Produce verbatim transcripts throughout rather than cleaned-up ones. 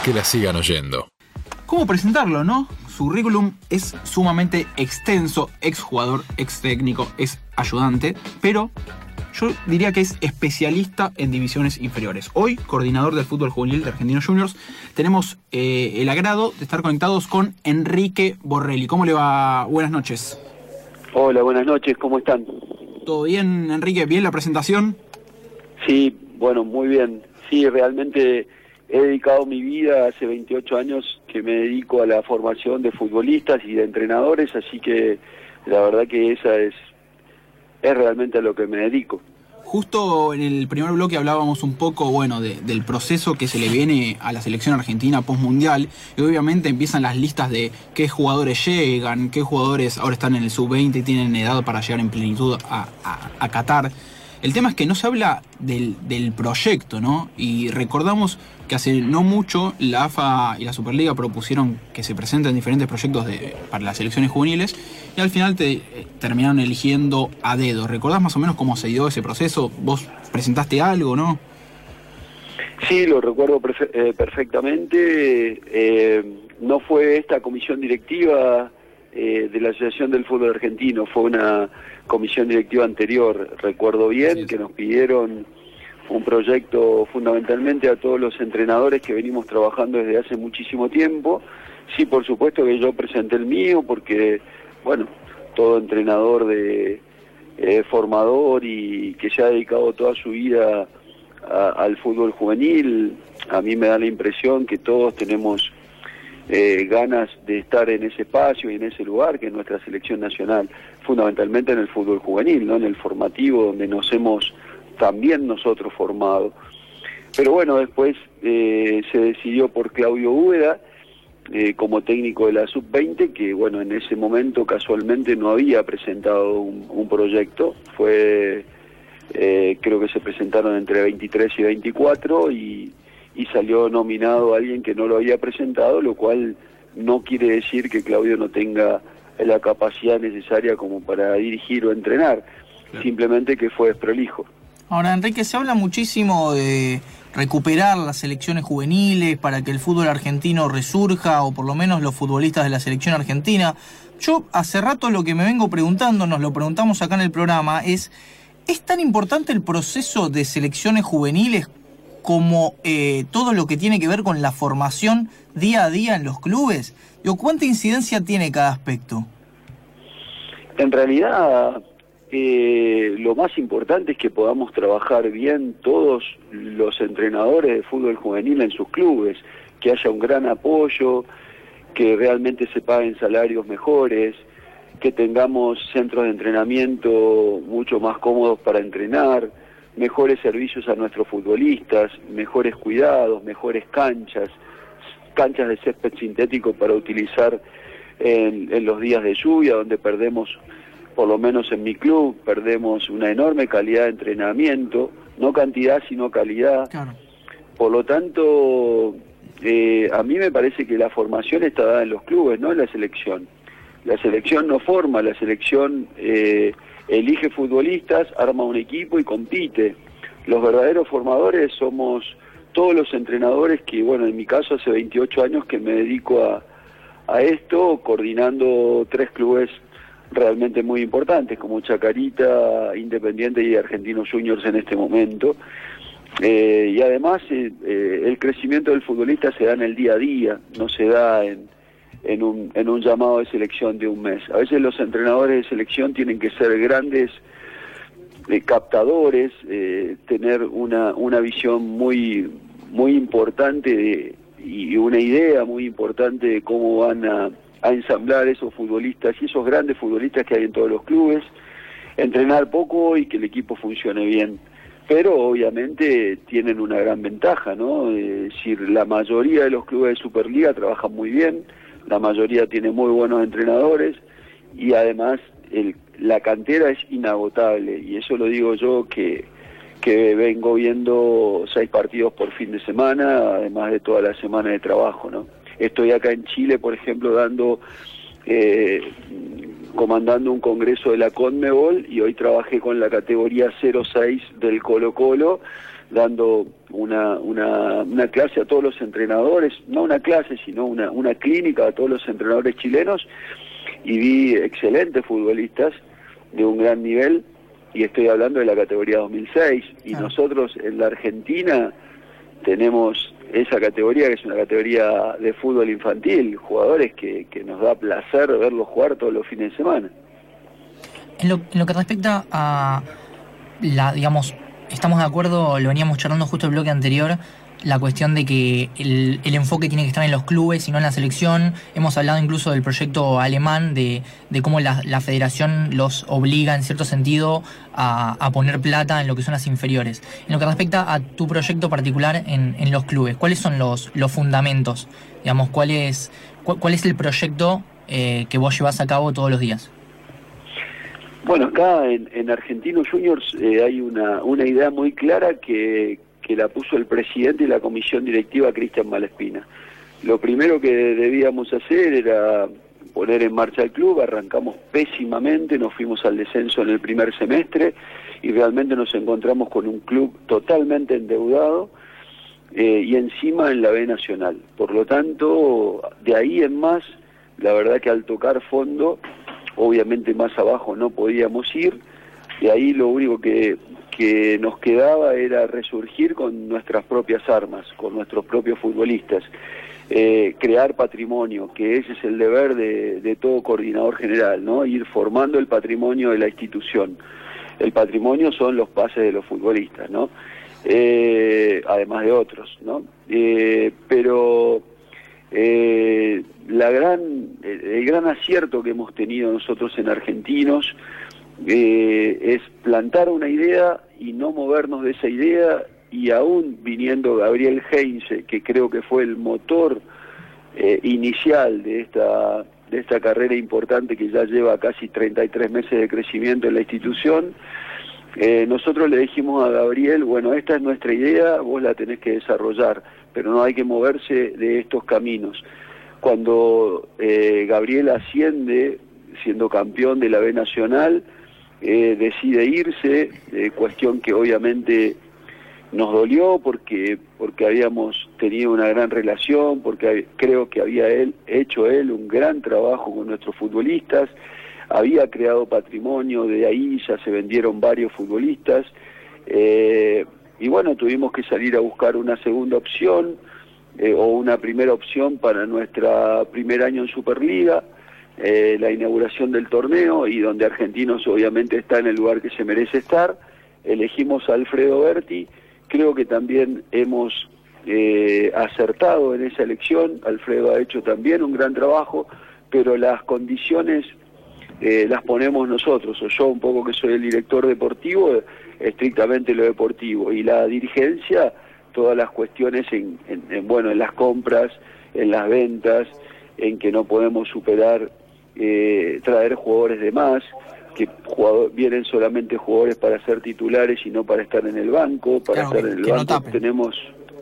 que la sigan oyendo. ¿Cómo presentarlo, no? Su currículum es sumamente extenso, exjugador, ex técnico, ex ayudante, pero yo diría que es especialista en divisiones inferiores. Hoy, coordinador del fútbol juvenil de Argentinos Juniors, tenemos eh, el agrado de estar conectados con Enrique Borrelli. ¿Cómo le va? Buenas noches. Hola, buenas noches, ¿cómo están? ¿Todo bien, Enrique? ¿Bien la presentación? Sí, bueno, muy bien. Sí, realmente he dedicado mi vida, hace veintiocho años que me dedico a la formación de futbolistas y de entrenadores, así que la verdad que esa es, es realmente a lo que me dedico. Justo en el primer bloque hablábamos un poco, bueno, de, del proceso que se le viene a la selección argentina post-mundial, y obviamente empiezan las listas de qué jugadores llegan, qué jugadores ahora están en el sub veinte y tienen edad para llegar en plenitud a, a, a Qatar. El tema es que no se habla del, del proyecto, ¿no? Y recordamos que hace no mucho la A F A y la Superliga propusieron que se presenten diferentes proyectos de, para las selecciones juveniles y al final te eh, terminaron eligiendo a dedo. ¿Recordás más o menos cómo se dio ese proceso? ¿Vos presentaste algo, no? Sí, lo recuerdo perfe- eh, perfectamente. Eh, no fue esta comisión directiva eh, de la Asociación del Fútbol Argentino, fue una comisión directiva anterior, recuerdo bien, sí, que nos pidieron un proyecto fundamentalmente a todos los entrenadores que venimos trabajando desde hace muchísimo tiempo. Sí, por supuesto que yo presenté el mío porque, bueno, todo entrenador de eh, formador y que se ha dedicado toda su vida a, al fútbol juvenil, a mí me da la impresión que todos tenemos eh, ganas de estar en ese espacio y en ese lugar que es nuestra selección nacional, fundamentalmente en el fútbol juvenil, ¿no? En el formativo donde nos hemos también nosotros formado. Pero bueno, después eh, se decidió por Claudio Úbeda eh, como técnico de la sub veinte, que bueno, en ese momento casualmente no había presentado un, un proyecto, fue eh, creo que se presentaron entre veintitrés y veinticuatro y, y salió nominado alguien que no lo había presentado, lo cual no quiere decir que Claudio no tenga la capacidad necesaria como para dirigir o entrenar, claro, simplemente que fue desprolijo. Ahora, Enrique, se habla muchísimo de recuperar las selecciones juveniles para que el fútbol argentino resurja, o por lo menos los futbolistas de la selección argentina. Yo hace rato lo que me vengo preguntando, nos lo preguntamos acá en el programa, es ¿es tan importante el proceso de selecciones juveniles como eh, todo lo que tiene que ver con la formación día a día en los clubes? Digo, ¿cuánta incidencia tiene cada aspecto? En realidad, eh, lo más importante es que podamos trabajar bien todos los entrenadores de fútbol juvenil en sus clubes, que haya un gran apoyo, que realmente se paguen salarios mejores, que tengamos centros de entrenamiento mucho más cómodos para entrenar, mejores servicios a nuestros futbolistas, mejores cuidados, mejores canchas, canchas de césped sintético para utilizar en, en los días de lluvia, donde perdemos, por lo menos en mi club, perdemos una enorme calidad de entrenamiento, no cantidad sino calidad. Claro. Por lo tanto, eh, a mí me parece que la formación está dada en los clubes, no en la selección. La selección no forma, la selección eh, elige futbolistas, arma un equipo y compite. Los verdaderos formadores somos todos los entrenadores que, bueno, en mi caso hace veintiocho años que me dedico a, a esto, coordinando tres clubes realmente muy importantes, como Chacarita, Independiente y Argentinos Juniors en este momento. Eh, y además eh, eh, el crecimiento del futbolista se da en el día a día, no se da en, en, un, en un llamado de selección de un mes. A veces los entrenadores de selección tienen que ser grandes eh, captadores, eh, tener una, una visión muy, muy importante de, y una idea muy importante de cómo van a, a ensamblar esos futbolistas y esos grandes futbolistas que hay en todos los clubes, entrenar poco y que el equipo funcione bien. Pero obviamente tienen una gran ventaja, ¿no? Es decir, la mayoría de los clubes de Superliga trabajan muy bien, la mayoría tiene muy buenos entrenadores y además el, la cantera es inagotable, y eso lo digo yo que, que vengo viendo seis partidos por fin de semana, además de toda la semana de trabajo, ¿no? Estoy acá en Chile, por ejemplo, dando... Eh, comandando un congreso de la CONMEBOL, y hoy trabajé con la categoría cero seis del Colo Colo, dando una, una, una clase a todos los entrenadores, no una clase, sino una, una clínica a todos los entrenadores chilenos, y vi excelentes futbolistas de un gran nivel, y estoy hablando de la categoría dos mil seis, y ah. nosotros en la Argentina tenemos esa categoría, que es una categoría de fútbol infantil, jugadores que, que nos da placer verlos jugar todos los fines de semana. En lo, en lo que respecta a la, digamos, estamos de acuerdo, lo veníamos charlando justo el bloque anterior, la cuestión de que el, el enfoque tiene que estar en los clubes y no en la selección. Hemos hablado incluso del proyecto alemán, de, de cómo la, la federación los obliga en cierto sentido a, a poner plata en lo que son las inferiores. En lo que respecta a tu proyecto particular en, en los clubes, ¿cuáles son los, los fundamentos? Digamos, ¿cuál es, cuál, cuál es el proyecto eh, que vos llevás a cabo todos los días? Bueno, acá en, en Argentinos Juniors eh, hay una, una idea muy clara que... que la puso el presidente y la comisión directiva, Cristian Malespina. Lo primero que debíamos hacer era poner en marcha el club. Arrancamos pésimamente, nos fuimos al descenso en el primer semestre y realmente nos encontramos con un club totalmente endeudado eh, y encima en la B Nacional. Por lo tanto, de ahí en más, la verdad que al tocar fondo, obviamente más abajo no podíamos ir, y ahí lo único que... que nos quedaba era resurgir con nuestras propias armas, con nuestros propios futbolistas, eh, crear patrimonio, que ese es el deber de, de todo coordinador general, ¿no? Ir formando el patrimonio de la institución. El patrimonio son los pases de los futbolistas, ¿no? Eh, además de otros, ¿no? Eh, pero eh, la gran, el gran acierto que hemos tenido nosotros en Argentinos Eh, es plantar una idea y no movernos de esa idea, y aún viniendo Gabriel Heinze, que creo que fue el motor eh, inicial de esta, de esta carrera importante que ya lleva casi treinta y tres meses de crecimiento en la institución, eh, nosotros le dijimos a Gabriel, bueno, esta es nuestra idea, vos la tenés que desarrollar, pero no hay que moverse de estos caminos. Cuando eh, Gabriel asciende, siendo campeón de la B Nacional, Eh, decide irse, eh, cuestión que obviamente nos dolió porque porque habíamos tenido una gran relación, porque creo que había él hecho él un gran trabajo con nuestros futbolistas, había creado patrimonio, de ahí ya se vendieron varios futbolistas, eh, y bueno, tuvimos que salir a buscar una segunda opción eh, o una primera opción para nuestro primer año en Superliga. Eh, la inauguración del torneo, y donde Argentinos obviamente está en el lugar que se merece estar. Elegimos a Alfredo Berti, creo que también hemos eh, acertado en esa elección. Alfredo ha hecho también un gran trabajo, pero las condiciones eh, las ponemos nosotros, o yo un poco que soy el director deportivo, estrictamente lo deportivo, y la dirigencia, todas las cuestiones en, en, en bueno, en las compras, en las ventas, en que no podemos superar Eh, traer jugadores de más, que jugador, vienen solamente jugadores para ser titulares y no para estar en el banco. Para claro, estar en el que banco no tenemos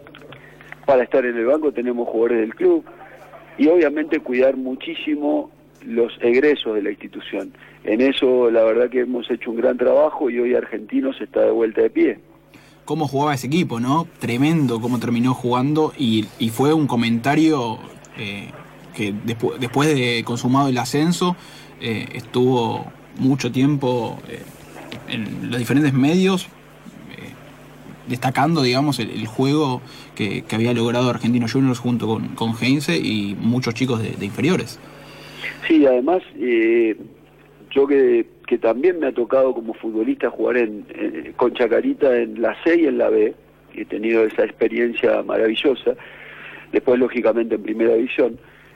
para estar en el banco tenemos jugadores del club, y obviamente cuidar muchísimo los egresos de la institución. En eso la verdad que hemos hecho un gran trabajo, y hoy Argentinos está de vuelta de pie. Cómo jugaba ese equipo, ¿no? Tremendo cómo terminó jugando, y, y fue un comentario eh, que despu después de consumado el ascenso eh, estuvo mucho tiempo eh, en los diferentes medios eh, destacando, digamos, el, el juego que, que había logrado Argentinos Juniors junto con, con Heinze y muchos chicos de, de inferiores. Sí, además eh, yo que, que también me ha tocado como futbolista jugar en, en, con Chacarita en la C y en la B, he tenido esa experiencia maravillosa, después lógicamente en primera división.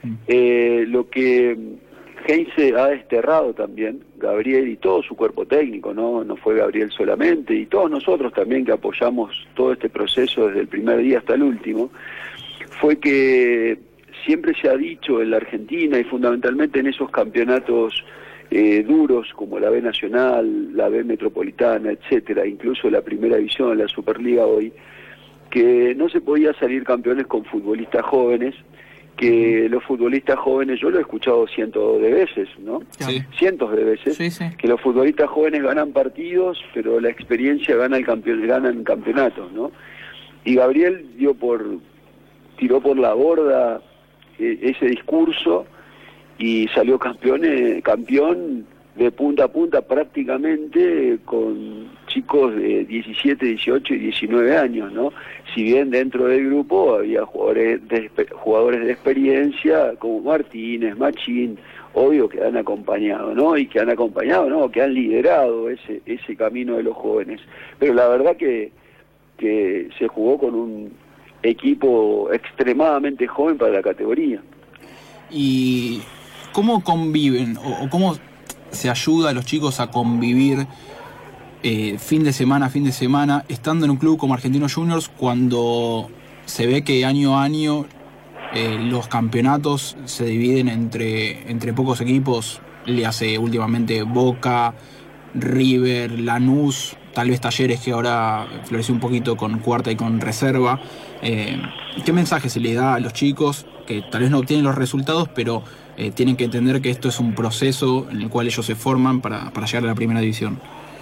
Eh, lo que Heinze ha desterrado también, Gabriel y todo su cuerpo técnico, no no fue Gabriel solamente, y todos nosotros también que apoyamos todo este proceso desde el primer día hasta el último, fue que siempre se ha dicho en la Argentina, y fundamentalmente en esos campeonatos eh, duros como la B Nacional, la B Metropolitana, etcétera, incluso la primera división, la Superliga hoy, que no se podía salir campeones con futbolistas jóvenes, que los futbolistas jóvenes, yo lo he escuchado cientos de veces, ¿no? Sí. Cientos de veces, Sí, sí. que los futbolistas jóvenes ganan partidos, pero la experiencia gana el campeón, ganan campeonatos, ¿no? Y Gabriel dio por, tiró por la borda eh, ese discurso y salió campeón, eh, campeón de punta a punta prácticamente con chicos de diecisiete, dieciocho y diecinueve años, ¿no? Si bien dentro del grupo había jugadores de, jugadores de experiencia como Martínez, Machín, obvio que han acompañado, ¿no? Y que han acompañado, ¿no? Que han liderado ese ese camino de los jóvenes. Pero la verdad que, que se jugó con un equipo extremadamente joven para la categoría. ¿Y cómo conviven o, o cómo se ayuda a los chicos a convivir eh, fin de semana a fin de semana, estando en un club como Argentinos Juniors, cuando se ve que año a año eh, los campeonatos se dividen entre, entre pocos equipos? Le hace últimamente Boca, River, Lanús, tal vez Talleres, que ahora floreció un poquito con cuarta y con reserva. Eh, ¿Qué mensaje se le da a los chicos que tal vez no obtienen los resultados, pero eh, tienen que entender que esto es un proceso en el cual ellos se forman para, para llegar a la primera división?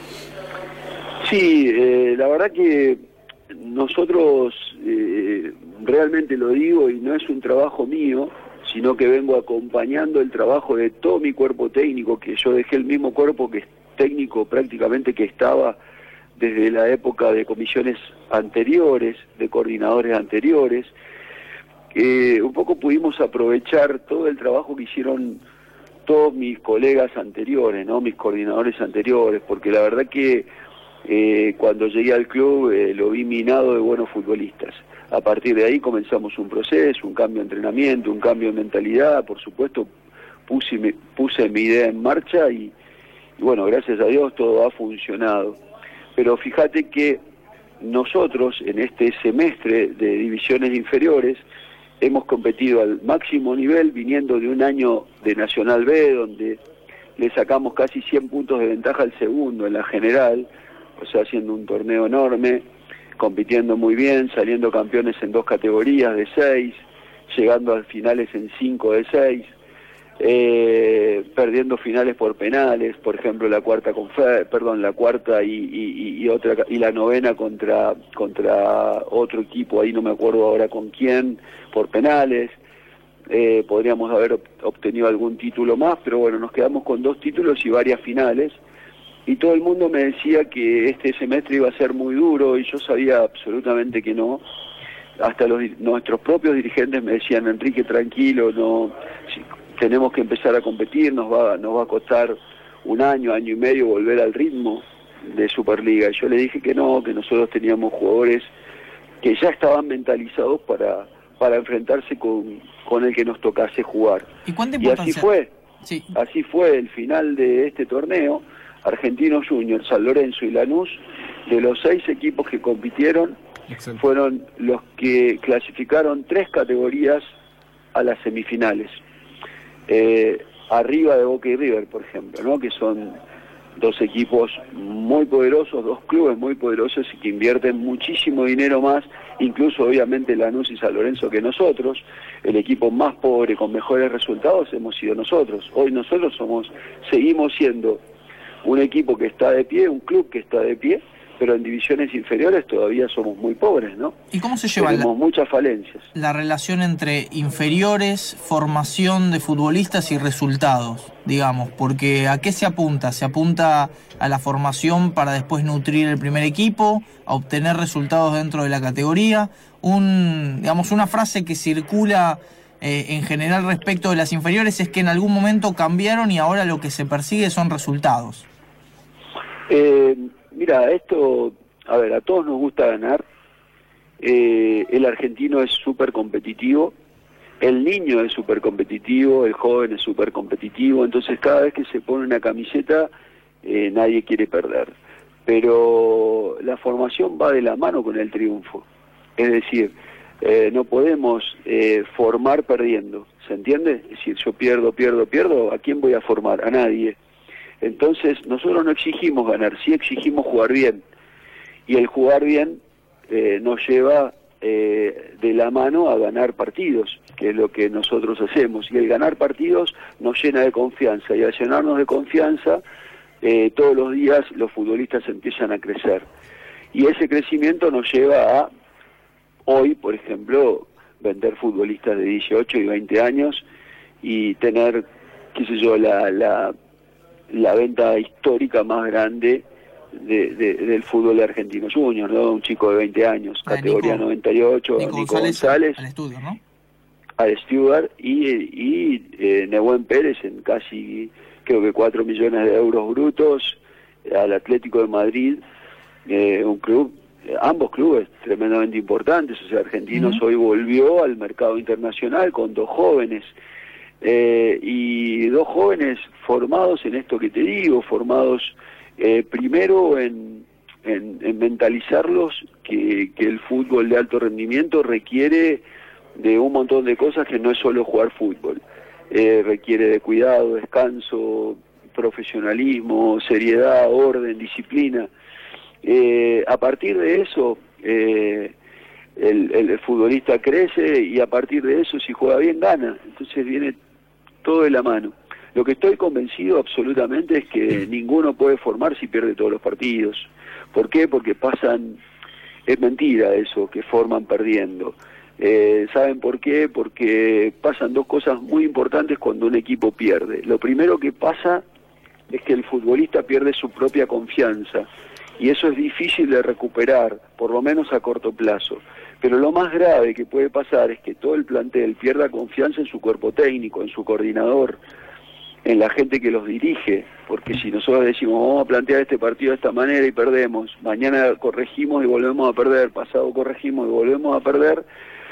Sí, eh, la verdad que nosotros, eh, realmente lo digo, y no es un trabajo mío, sino que vengo acompañando el trabajo de todo mi cuerpo técnico, que yo dejé el mismo cuerpo que técnico prácticamente que estaba desde la época de comisiones anteriores, de coordinadores anteriores. Eh, un poco pudimos aprovechar todo el trabajo que hicieron todos mis colegas anteriores, ¿no? Mis coordinadores anteriores, porque la verdad que eh, cuando llegué al club eh, lo vi minado de buenos futbolistas. A partir de ahí comenzamos un proceso, un cambio de entrenamiento, un cambio de mentalidad. Por supuesto, puse, puse mi idea en marcha y, y bueno, gracias a Dios todo ha funcionado. Pero fíjate que nosotros en este semestre de divisiones inferiores hemos competido al máximo nivel, viniendo de un año de Nacional B, donde le sacamos casi cien puntos de ventaja al segundo en la general, o sea, haciendo un torneo enorme, compitiendo muy bien, saliendo campeones en dos categorías de seis, llegando a finales en cinco de seis, eh, perdiendo finales por penales, por ejemplo la cuarta con Fe, perdón, la cuarta y, y, y otra y la novena contra contra otro equipo, ahí no me acuerdo ahora con quién, por penales. Eh, podríamos haber obtenido algún título más, pero bueno, nos quedamos con dos títulos y varias finales. Y todo el mundo me decía que este semestre iba a ser muy duro y yo sabía absolutamente que no. Hasta los, nuestros propios dirigentes me decían, Enrique, tranquilo, no, si, tenemos que empezar a competir, nos va, nos va a costar un año, año y medio volver al ritmo de Superliga. Y yo le dije que no, que nosotros teníamos jugadores que ya estaban mentalizados para, para enfrentarse con, con el que nos tocase jugar. ¿Y cuánta Y así fue, sí. así fue el final de este torneo. Argentinos Juniors, San Lorenzo y Lanús, de los seis equipos que compitieron, Exacto. fueron los que clasificaron tres categorías a las semifinales. Eh, arriba de Boca y River, por ejemplo, ¿no? Que son dos equipos muy poderosos, dos clubes muy poderosos y que invierten muchísimo dinero más, incluso obviamente Lanús y San Lorenzo, que nosotros. El equipo más pobre con mejores resultados hemos sido nosotros. Hoy nosotros somos, seguimos siendo un equipo que está de pie, un club que está de pie, pero en divisiones inferiores todavía somos muy pobres, ¿no? ¿Y cómo se lleva Tenemos la, muchas falencias. la relación entre inferiores, formación de futbolistas y resultados, digamos? Porque ¿a qué se apunta? ¿Se apunta a la formación para después nutrir el primer equipo, a obtener resultados dentro de la categoría? Un, digamos, una frase que circula eh, en general respecto de las inferiores es que en algún momento cambiaron y ahora lo que se persigue son resultados. Eh, mira, esto, a ver, a todos nos gusta ganar. Eh, el argentino es súper competitivo, el niño es súper competitivo, el joven es súper competitivo, entonces cada vez que se pone una camiseta eh, nadie quiere perder. Pero la formación va de la mano con el triunfo, es decir, eh, no podemos eh, formar perdiendo, ¿se entiende? Es decir, yo pierdo, pierdo, pierdo, ¿a quién voy a formar? A nadie. Entonces nosotros no exigimos ganar, sí exigimos jugar bien, y el jugar bien eh, nos lleva eh, de la mano a ganar partidos, que es lo que nosotros hacemos, y el ganar partidos nos llena de confianza, y al llenarnos de confianza, eh, todos los días los futbolistas empiezan a crecer, y ese crecimiento nos lleva a, hoy, por ejemplo, vender futbolistas de dieciocho y veinte años, y tener, qué sé yo, la, la, la venta histórica más grande De, de, del fútbol argentino junior, ¿no? Un chico de veinte años, ah, categoría Nico, noventa y ocho, Nico, Nico González, González, al estudio, ¿no? al Stewart, y, y eh, Nehuen Pérez en casi, creo que cuatro millones de euros brutos, eh, al Atlético de Madrid, eh, un club, eh, ambos clubes tremendamente importantes, o sea, Argentinos uh-huh. hoy volvió al mercado internacional con dos jóvenes, eh, y dos jóvenes formados en esto que te digo, formados Eh, primero en, en, en mentalizarlos que, que el fútbol de alto rendimiento requiere de un montón de cosas, que no es solo jugar fútbol, eh, requiere de cuidado, descanso, profesionalismo, seriedad, orden, disciplina. Eh, a partir de eso eh, el, el futbolista crece, y a partir de eso, si juega bien, gana. Entonces viene todo de la mano. Lo que estoy convencido absolutamente es que ninguno puede formar si pierde todos los partidos. ¿Por qué? Porque pasan, es mentira eso, que forman perdiendo. Eh, ¿Saben por qué? Porque pasan dos cosas muy importantes cuando un equipo pierde. Lo primero que pasa es que el futbolista pierde su propia confianza, y eso es difícil de recuperar, por lo menos a corto plazo. Pero lo más grave que puede pasar es que todo el plantel pierda confianza en su cuerpo técnico, en su coordinador, en la gente que los dirige, porque si nosotros decimos vamos a plantear este partido de esta manera y perdemos, mañana corregimos y volvemos a perder, pasado corregimos y volvemos a perder,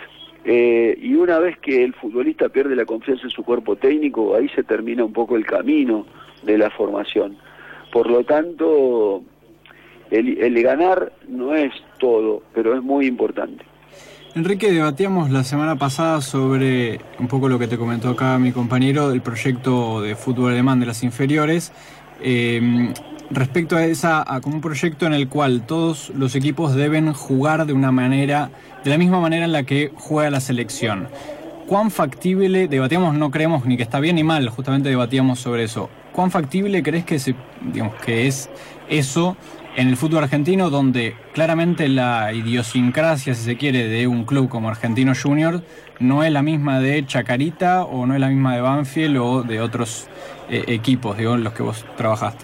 eh, y una vez que el futbolista pierde la confianza en su cuerpo técnico, ahí se termina un poco el camino de la formación. Por lo tanto, el, el ganar no es todo, pero es muy importante. Enrique, debatíamos la semana pasada sobre un poco lo que te comentó acá mi compañero del proyecto de fútbol alemán de las inferiores, eh, respecto a esa a como un proyecto en el cual todos los equipos deben jugar de una manera, de la misma manera en la que juega la selección. ¿Cuán factible, debatíamos, no creemos ni que está bien ni mal, justamente debatíamos sobre eso, cuán factible crees que se, digamos, que es eso en el fútbol argentino, donde claramente la idiosincrasia, si se quiere, de un club como Argentinos Juniors no es la misma de Chacarita, o no es la misma de Banfield o de otros eh, equipos, digo, en los que vos trabajaste?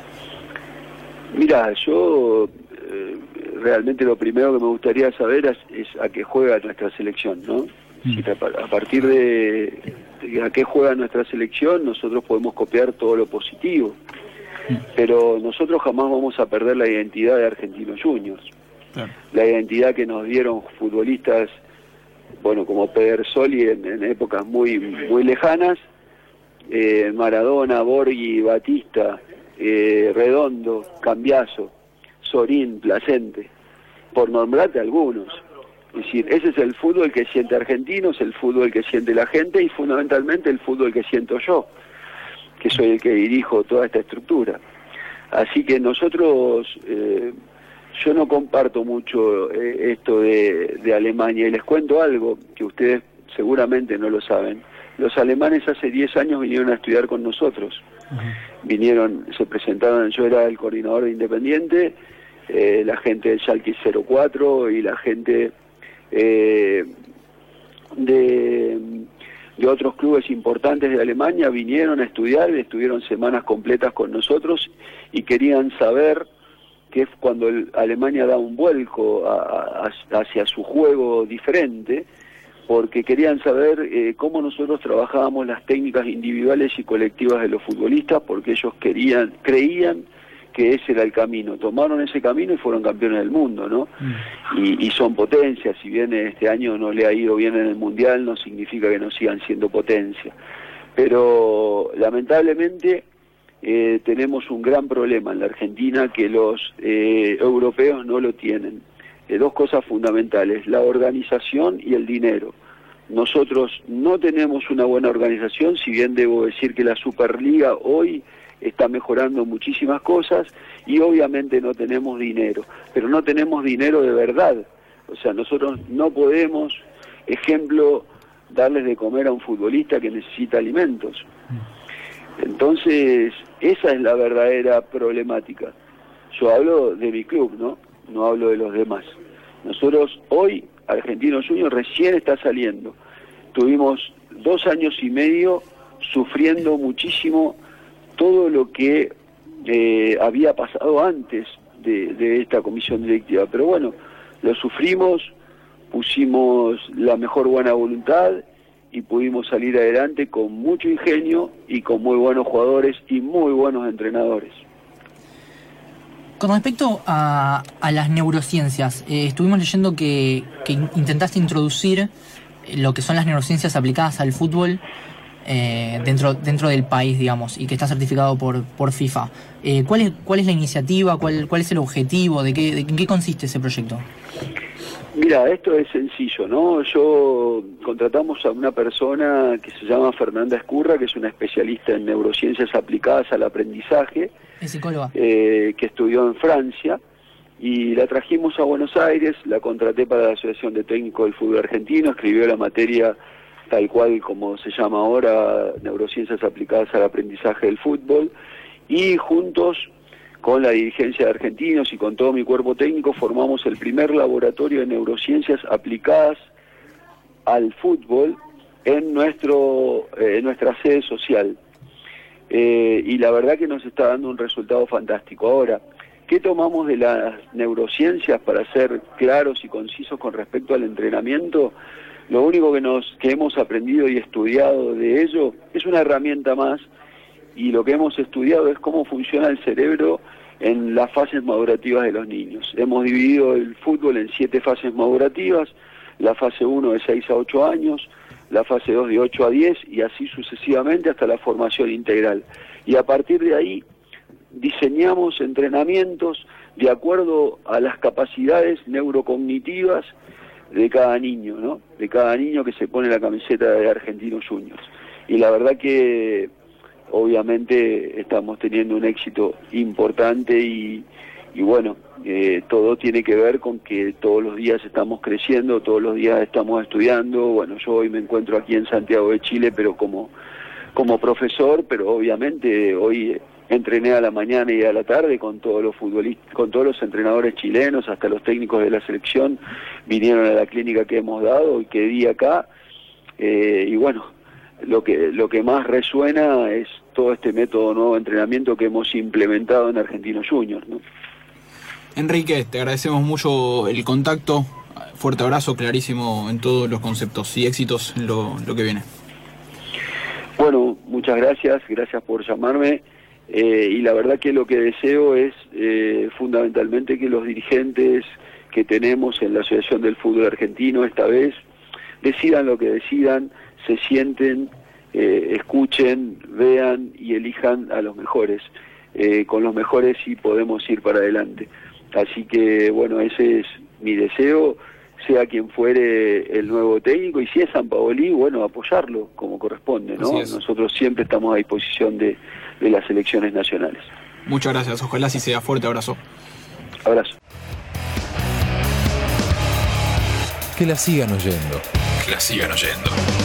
Mira, yo eh, realmente lo primero que me gustaría saber es, es a qué juega nuestra selección, ¿no? Mm. Si a, a partir de, de a qué juega nuestra selección, nosotros podemos copiar todo lo positivo. Pero nosotros jamás vamos a perder la identidad de Argentinos Juniors, claro. La identidad que nos dieron futbolistas, bueno, como Pedersoli en, en épocas muy muy lejanas, eh, Maradona, Borghi, Batista, eh, Redondo, Cambiaso, Sorín, Placente, por nombrarte algunos. Es decir, ese es el fútbol que siente Argentinos, el fútbol que siente la gente, y fundamentalmente el fútbol que siento yo, que soy el que dirijo toda esta estructura. Así que nosotros, eh, yo no comparto mucho eh, esto de, de Alemania, y les cuento algo que ustedes seguramente no lo saben. Los alemanes hace diez años vinieron a estudiar con nosotros. Uh-huh. Vinieron, se presentaron, yo era el coordinador de Independiente, eh, la gente del Schalke cero cuatro y la gente eh, de... de otros clubes importantes de Alemania vinieron a estudiar, estuvieron semanas completas con nosotros y querían saber que es cuando el, Alemania da un vuelco a, a, hacia su juego diferente, porque querían saber eh, cómo nosotros trabajábamos las técnicas individuales y colectivas de los futbolistas, porque ellos querían, creían que ese era el camino. Tomaron ese camino y fueron campeones del mundo, ¿no? Mm. Y, y son potencias. Si bien este año no le ha ido bien en el Mundial, no significa que no sigan siendo potencia. Pero lamentablemente eh, tenemos un gran problema en la Argentina, que los eh, europeos no lo tienen. Eh, dos cosas fundamentales: la organización y el dinero. Nosotros no tenemos una buena organización, si bien debo decir que la Superliga hoy está mejorando muchísimas cosas, y obviamente no tenemos dinero, pero no tenemos dinero de verdad. O sea, nosotros no podemos, ejemplo, darles de comer a un futbolista que necesita alimentos. Entonces, esa es la verdadera problemática. Yo hablo de mi club, ¿no? No hablo de los demás. Nosotros hoy, Argentinos Juniors recién está saliendo. Tuvimos dos años y medio sufriendo muchísimo todo lo que eh, había pasado antes de, de esta comisión directiva. Pero bueno, lo sufrimos, pusimos la mejor buena voluntad y pudimos salir adelante con mucho ingenio y con muy buenos jugadores y muy buenos entrenadores. Con respecto a, a las neurociencias, eh, estuvimos leyendo que, que intentaste introducir lo que son las neurociencias aplicadas al fútbol eh, dentro dentro del país, digamos, y que está certificado por por FIFA. Eh, ¿cuál es cuál es la iniciativa? ¿Cuál cuál es el objetivo? ¿De qué de, en qué consiste ese proyecto? Mira, esto es sencillo, ¿no? Yo contratamos a una persona que se llama Fernanda Escurra, que es una especialista en neurociencias aplicadas al aprendizaje. Es psicóloga. Eh, que estudió en Francia, y la trajimos a Buenos Aires, la contraté para la Asociación de Técnicos del Fútbol Argentino, escribió la materia tal cual como se llama ahora, neurociencias aplicadas al aprendizaje del fútbol, y juntos con la dirigencia de Argentinos y con todo mi cuerpo técnico formamos el primer laboratorio de neurociencias aplicadas al fútbol en nuestro eh, en nuestra sede social. Eh, y la verdad que nos está dando un resultado fantástico. Ahora, ¿qué tomamos de las neurociencias para ser claros y concisos con respecto al entrenamiento? Lo único que, nos, que hemos aprendido y estudiado de ello es una herramienta más, y lo que hemos estudiado es cómo funciona el cerebro en las fases madurativas de los niños. Hemos dividido el fútbol en siete fases madurativas, la fase uno de seis a ocho años, la fase dos de ocho a diez y así sucesivamente hasta la formación integral. Y a partir de ahí diseñamos entrenamientos de acuerdo a las capacidades neurocognitivas de cada niño, ¿no? De cada niño que se pone la camiseta de Argentinos Juniors. Y la verdad que obviamente estamos teniendo un éxito importante y, y bueno, eh, todo tiene que ver con que todos los días estamos creciendo, todos los días estamos estudiando. Bueno, yo hoy me encuentro aquí en Santiago de Chile, pero como, como profesor, pero obviamente hoy entrené a la mañana y a la tarde con todos los futbolistas, con todos los entrenadores chilenos, hasta los técnicos de la selección vinieron a la clínica que hemos dado y que di acá, eh, y bueno, lo que lo que más resuena es todo este método nuevo de entrenamiento que hemos implementado en Argentinos Juniors, ¿no? Enrique, te agradecemos mucho el contacto, fuerte abrazo, clarísimo en todos los conceptos y éxitos en lo, lo que viene. Bueno, muchas gracias, gracias por llamarme, eh, y la verdad que lo que deseo es eh, fundamentalmente que los dirigentes que tenemos en la Asociación del Fútbol Argentino esta vez decidan lo que decidan, se sienten, eh, escuchen, vean y elijan a los mejores. Eh, con los mejores sí podemos ir para adelante. Así que, bueno, ese es mi deseo, sea quien fuere el nuevo técnico, y si es Sampaoli, bueno, apoyarlo como corresponde, ¿no? Nosotros siempre estamos a disposición de, de las selecciones nacionales. Muchas gracias, ojalá sí sea. Fuerte abrazo. Abrazo. Que la sigan oyendo. Que la sigan oyendo.